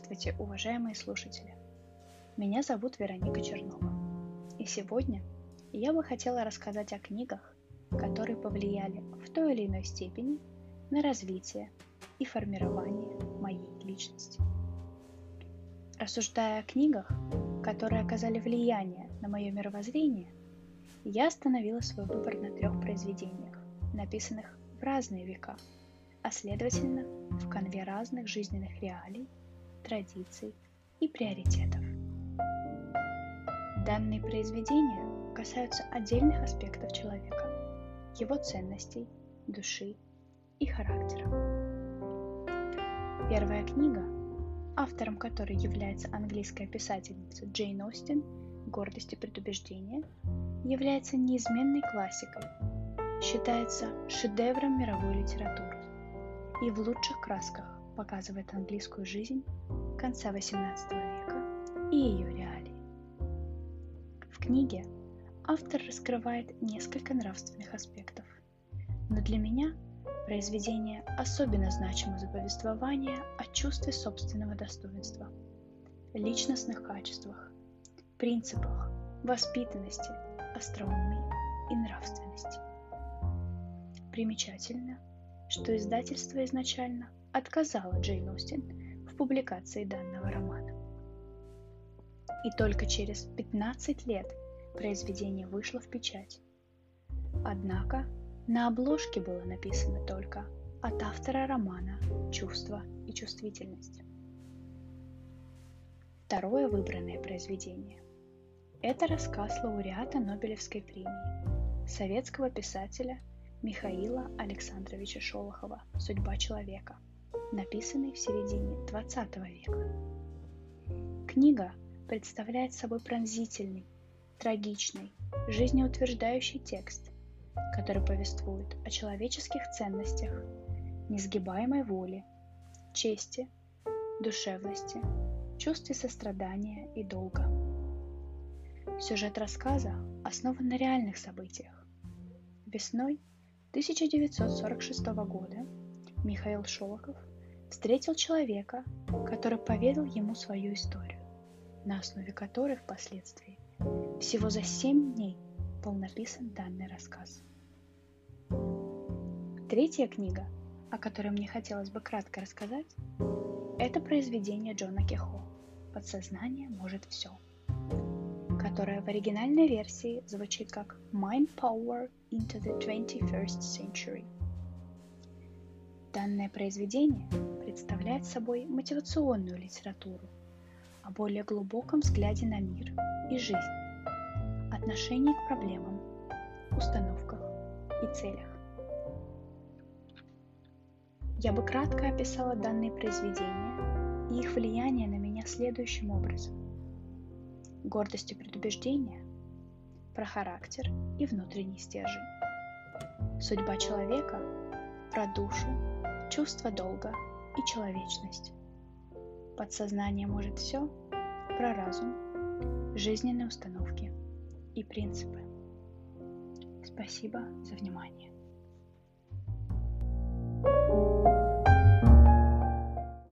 Здравствуйте, уважаемые слушатели! Меня зовут Вероника Чернова. И сегодня я бы хотела рассказать о книгах, которые повлияли в той или иной степени на развитие и формирование моей личности. Рассуждая о книгах, которые оказали влияние на мое мировоззрение, я остановила свой выбор на 3 произведениях, написанных в разные века, а следовательно в канве разных жизненных реалий, традиций и приоритетов. Данные произведения касаются отдельных аспектов человека, его ценностей, души и характера. Первая книга, автором которой является английская писательница Джейн Остин «Гордость и предубеждение», является неизменной классикой, считается шедевром мировой литературы и в лучших красках показывает английскую жизнь конца XVIII века и ее реалии. В книге автор раскрывает несколько нравственных аспектов, но для меня произведение особенно значимо за повествование о чувстве собственного достоинства, личностных качествах, принципах, воспитанности, остроумии и нравственности. Примечательно, что издательство изначально отказало Джейн Остин в публикации данного романа. И только через 15 лет произведение вышло в печать. Однако на обложке было написано только «От автора романа «Чувство и чувствительность». Второе выбранное произведение – это рассказ лауреата Нобелевской премии, советского писателя Михаила Александровича Шолохова «Судьба человека», написанный в середине XX века. Книга представляет собой пронзительный, трагичный, жизнеутверждающий текст, который повествует о человеческих ценностях, несгибаемой воле, чести, душевности, чувстве сострадания и долга. Сюжет рассказа основан на реальных событиях. Весной 1946 года Михаил Шолохов встретил человека, который поведал ему свою историю, на основе которой впоследствии всего за 7 дней был написан данный рассказ. Третья книга, о которой мне хотелось бы кратко рассказать, это произведение Джона Кехо «Подсознание может все», которое в оригинальной версии звучит как Mind Power into the 21st Century. Данное произведение представляет собой мотивационную литературу о более глубоком взгляде на мир и жизнь, отношении к проблемам, установках и целях. Я бы кратко описала данные произведения и их влияние на меня следующим образом. Гордость и предубеждение – про характер и внутренний стержень. Судьба человека – про душу, чувство долга и человечность. Подсознание может все – про разум, жизненные установки и принципы. Спасибо за внимание.